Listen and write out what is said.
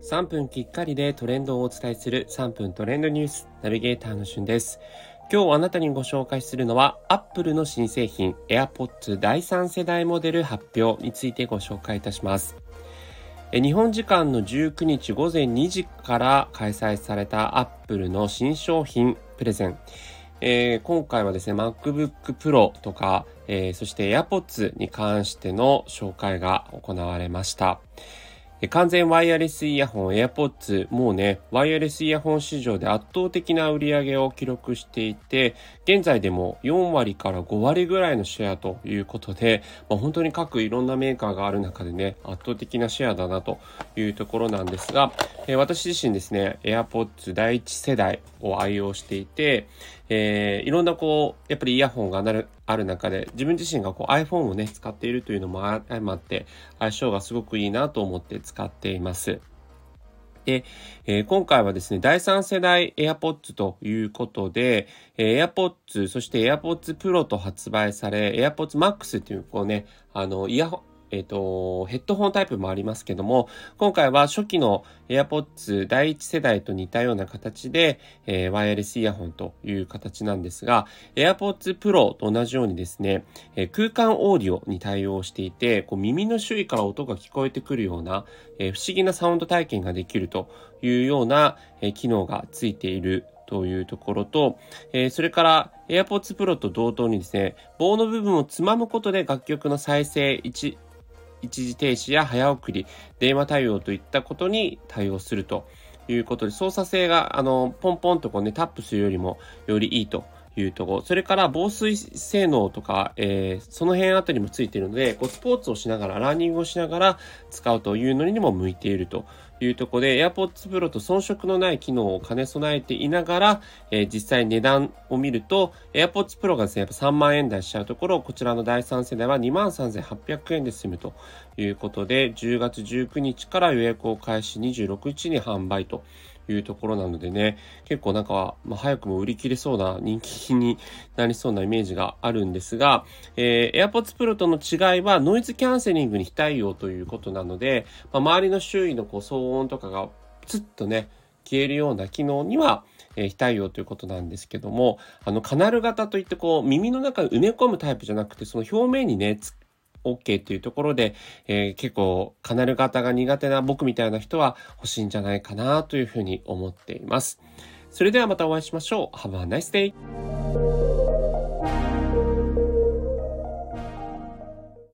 3分きっかりでトレンドをお伝えする3分トレンドニュースナビゲーターのしゅんです。今日あなたにご紹介するのは Apple の新製品 AirPods 第3世代モデル発表についてご紹介いたします。日本時間の19日午前2時から開催された Apple の新商品プレゼン。今回はですね MacBook Pro とか、そして AirPods に関しての紹介が行われました。完全ワイヤレスイヤホン AirPods もうねワイヤレスイヤホン市場で圧倒的な売り上げを記録していて、現在でも4割から5割ぐらいのシェアということで、本当に各いろんなメーカーがある中でね圧倒的なシェアだなというところなんですが、私自身ですね AirPods 第1世代を愛用していて、いろんなやっぱりイヤホンがある中で自分自身がiPhone をね使っているというのも相まって相性がすごくいいなと思って使っています。で、今回はですね第3世代 AirPods ということで、AirPods そして AirPods Pro と発売され AirPods Max というイヤホンヘッドホンタイプもありますけども、今回は初期の AirPods 第1世代と似たような形で、ワイヤレスイヤホンという形なんですが、AirPods Pro と同じようにですね、空間オーディオに対応していて、耳の周囲から音が聞こえてくるような、不思議なサウンド体験ができるというような、機能がついているというところと、それから AirPods Pro と同等にですね、棒の部分をつまむことで楽曲の再生一時停止や早送り、電話対応といったことに対応するということで、操作性がポンポンとタップするよりもよりいいというところ、それから防水性能とか、その辺あたりもついているので、スポーツをしながらランニングをしながら使うというのにも向いているというところで、 AirPods Pro と遜色のない機能を兼ね備えていながら、実際値段を見ると AirPods Pro がですねやっぱ3万円台しちゃうところ、こちらの第3世代は 23,800 円で済むということで、10月19日から予約を開始、26日に販売というところなのでね、結構早くも売り切れそうな人気になりそうなイメージがあるんですが、AirPods Pro との違いはノイズキャンセリングに非対応ということなので、周りの周囲の騒音とかがプツッとね消えるような機能には、非対応ということなんですけども、カナル型といって耳の中に埋め込むタイプじゃなくて、その表面にねOK というところで、結構カナル型が苦手な僕みたいな人は欲しいんじゃないかなというふうに思っています。それではまたお会いしましょう。Have a nice day!